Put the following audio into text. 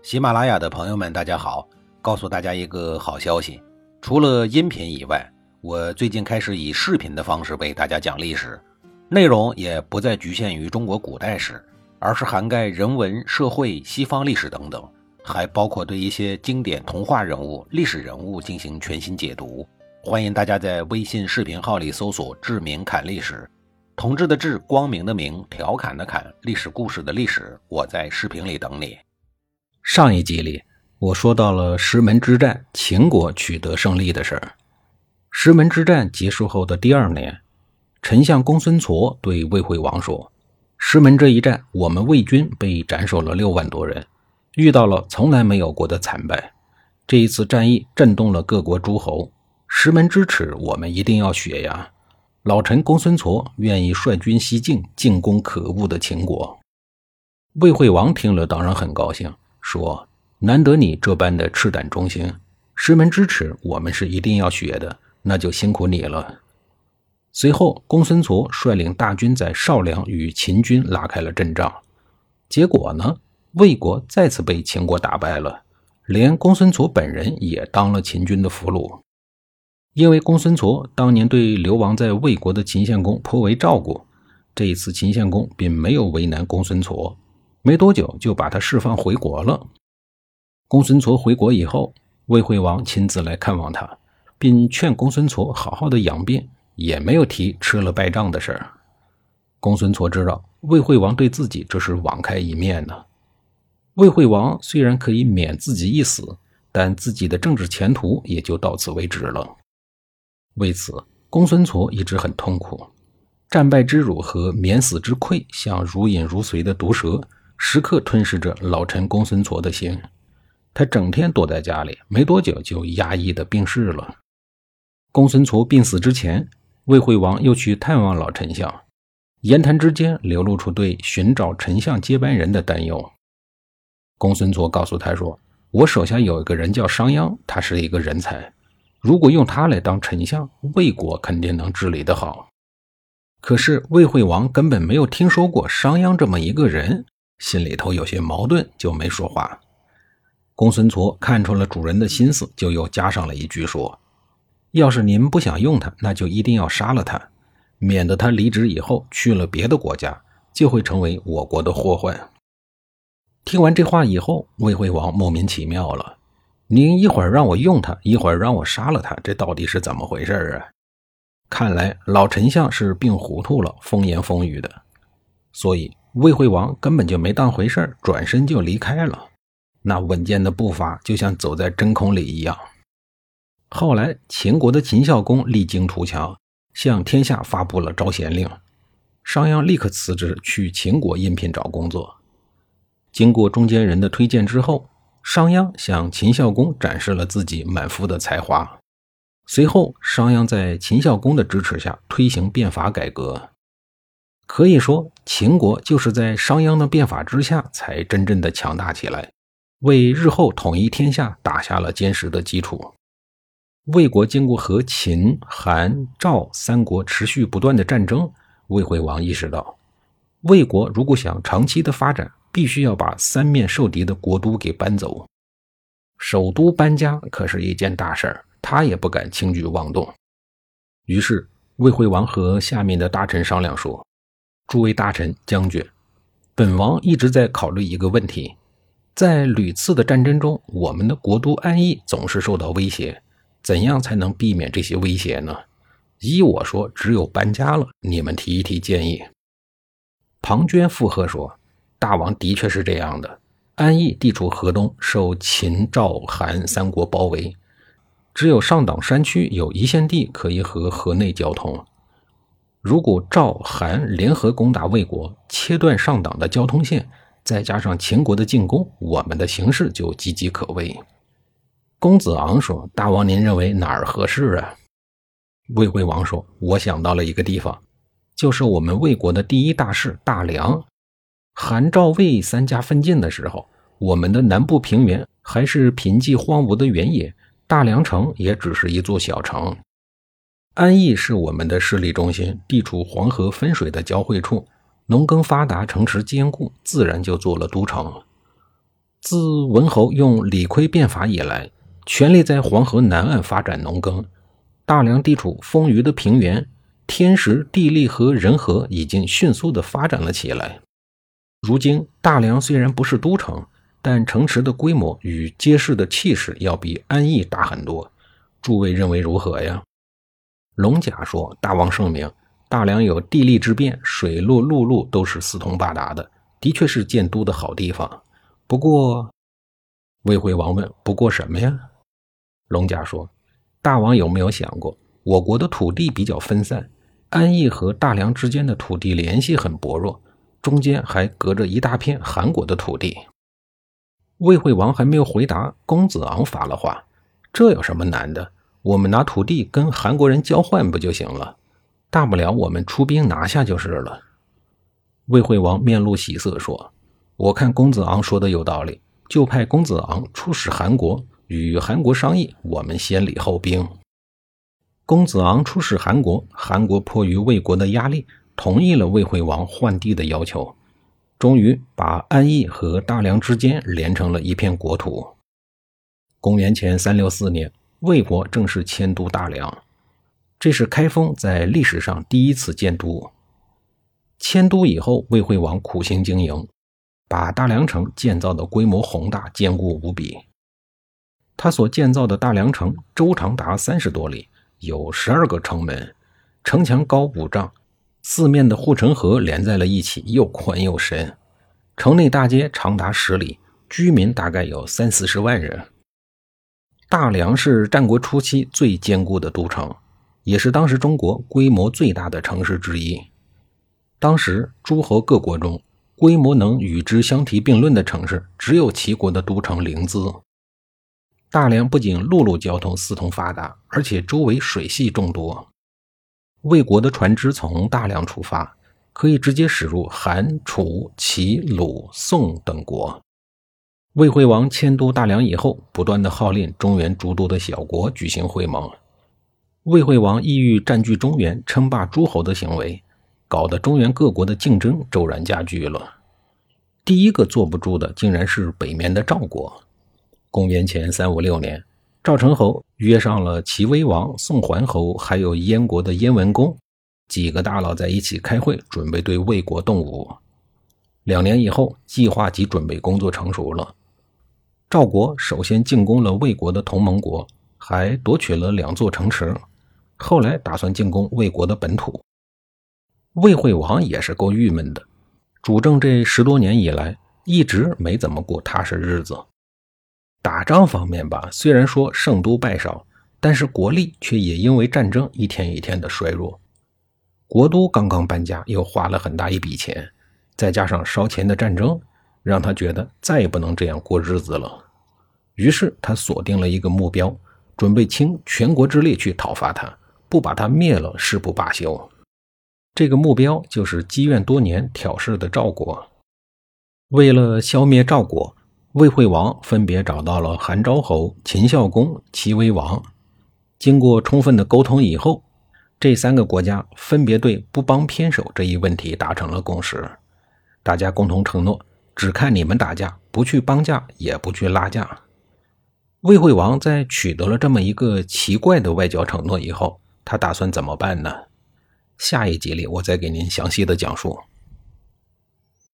喜马拉雅的朋友们大家好，告诉大家一个好消息，除了音频以外，我最近开始以视频的方式为大家讲历史，内容也不再局限于中国古代史，而是涵盖人文、社会、西方历史等等，还包括对一些经典童话人物、历史人物进行全新解读。欢迎大家在微信视频号里搜索志明侃历史，同志的志，光明的明，调侃的侃，历史故事的历史，我在视频里等你。上一集里我说到了石门之战，秦国取得胜利的事儿。石门之战结束后的第二年，丞相公孙痤对魏惠王说，石门这一战我们魏军被斩首了6万多人，遇到了从来没有过的惨败，这一次战役震动了各国诸侯，石门之耻我们一定要雪呀！老臣公孙痤愿意率军西进，进攻可恶的秦国。魏惠王听了当然很高兴，说难得你这般的赤胆忠心，石门之耻我们是一定要学的，那就辛苦你了。随后公孙痤率领大军在少梁与秦军拉开了阵仗，结果呢，魏国再次被秦国打败了，连公孙痤本人也当了秦军的俘虏。因为公孙痤当年对流亡在魏国的秦献公颇为照顾，这一次秦献公并没有为难公孙痤，没多久就把他释放回国了。公孙痤回国以后，魏惠王亲自来看望他，并劝公孙痤好好的养病，也没有提吃了败仗的事儿。公孙痤知道魏惠王对自己这是网开一面呢。魏惠王虽然可以免自己一死，但自己的政治前途也就到此为止了。为此，公孙痤一直很痛苦，战败之辱和免死之愧像如影如髓的毒蛇，时刻吞噬着老臣公孙痤的心。他整天躲在家里，没多久就压抑的病逝了。公孙痤病死之前，魏惠王又去探望老丞相，言谈之间流露出对寻找丞相接班人的担忧。公孙痤告诉他说，我手下有一个人叫商鞅，他是一个人才，如果用他来当丞相，魏国肯定能治理得好。可是魏惠王根本没有听说过商鞅这么一个人，心里头有些矛盾，就没说话。公孙痤看出了主人的心思，就又加上了一句说，要是您不想用他，那就一定要杀了他，免得他离职以后去了别的国家，就会成为我国的祸患。听完这话以后，魏惠王莫名其妙了，您一会儿让我用他，一会儿让我杀了他，这到底是怎么回事啊？看来老丞相是病糊涂了，风言风语的。所以魏惠王根本就没当回事，转身就离开了，那稳健的步伐就像走在真空里一样。后来秦国的秦孝公励精图强，向天下发布了招贤令，商鞅立刻辞职去秦国应聘找工作。经过中间人的推荐之后，商鞅向秦孝公展示了自己满腹的才华。随后商鞅在秦孝公的支持下推行变法改革，可以说秦国就是在商鞅的变法之下才真正的强大起来，为日后统一天下打下了坚实的基础。魏国经过和秦、韩、赵三国持续不断的战争，魏惠王意识到，魏国如果想长期的发展，必须要把三面受敌的国都给搬走。首都搬家可是一件大事儿，他也不敢轻举妄动。于是魏惠王和下面的大臣商量说，诸位大臣将军，本王一直在考虑一个问题，在屡次的战争中，我们的国都安邑总是受到威胁，怎样才能避免这些威胁呢？依我说，只有搬家了，你们提一提建议。庞涓附和说，大王的确是这样的，安邑地处河东，受秦、赵、韩三国包围，只有上党山区有一线地可以和河内交通。如果赵、韩联合攻打魏国，切断上党的交通线，再加上秦国的进攻，我们的形势就岌岌可危。公子昂说，大王您认为哪儿合适啊？魏惠王说，我想到了一个地方，就是我们魏国的第一大市大梁。韩赵魏三家分晋的时候，我们的南部平原还是贫瘠荒芜的原野，大梁城也只是一座小城。安邑是我们的势力中心，地处黄河分水的交汇处，农耕发达，城池坚固，自然就做了都城。 自文侯用李悝变法以来，全力在黄河南岸发展农耕。大梁地处丰腴的平原，天时地利和人和已经迅速地发展了起来。如今大梁虽然不是都城，但城池的规模与街市的气势要比安邑大很多。诸位认为如何呀？龙甲说，大王圣明，大梁有地利之便，水路陆路都是四通八达的，的确是建都的好地方。不过，魏惠王问，不过什么呀？龙甲说，大王有没有想过，我国的土地比较分散，安邑和大梁之间的土地联系很薄弱，中间还隔着一大片韩国的土地。魏惠王还没有回答，公子昂发了话，这有什么难的？我们拿土地跟韩国人交换不就行了？大不了我们出兵拿下就是了。魏惠王面露喜色说，我看公子昂说的有道理，就派公子昂出使韩国，与韩国商议，我们先礼后兵。公子昂出使韩国，韩国迫于魏国的压力，同意了魏惠王换地的要求，终于把安邑和大梁之间连成了一片国土。公元前364年，魏国正式迁都大梁，这是开封在历史上第一次建都。迁都以后，魏惠王苦心经营，把大梁城建造的规模宏大，坚固无比。他所建造的大梁城周长达30多里，有12个城门，城墙高5丈，四面的护城河连在了一起，又宽又深。城内大街长达10里，居民大概有30-40万人。大梁是战国初期最坚固的都城，也是当时中国规模最大的城市之一。当时诸侯各国中，规模能与之相提并论的城市，只有齐国的都城临淄。大梁不仅陆路交通四通发达，而且周围水系众多。魏国的船只从大梁出发，可以直接驶入韩、楚、齐、鲁、宋等国。魏惠王迁都大梁以后，不断地号令中原诸多的小国举行会盟。魏惠王意欲占据中原、称霸诸侯的行为，搞得中原各国的竞争骤然加剧了。第一个坐不住的竟然是北面的赵国。公元前356年，赵成侯约上了齐威王、宋桓侯，还有燕国的燕文公，几个大佬在一起开会，准备对魏国动武。2年以后，计划及准备工作成熟了。赵国首先进攻了魏国的同盟国，还夺取了2座城池，后来打算进攻魏国的本土。魏惠王也是够郁闷的，主政这10多年以来，一直没怎么过踏实日子。打仗方面吧，虽然说胜多败少，但是国力却也因为战争一天一天的衰弱。国都刚刚搬家，又花了很大一笔钱，再加上烧钱的战争，让他觉得再也不能这样过日子了。于是他锁定了一个目标，准备倾全国之力去讨伐他，不把他灭了誓不罢休。这个目标就是积怨多年挑事的赵国。为了消灭赵国，魏惠王分别找到了韩昭侯、秦孝公、齐威王。经过充分的沟通以后，这3个国家分别对不帮偏守这一问题达成了共识。大家共同承诺，只看你们打架，不去帮架，也不去拉架。魏惠王在取得了这么一个奇怪的外交承诺以后，他打算怎么办呢？下一集里我再给您详细的讲述。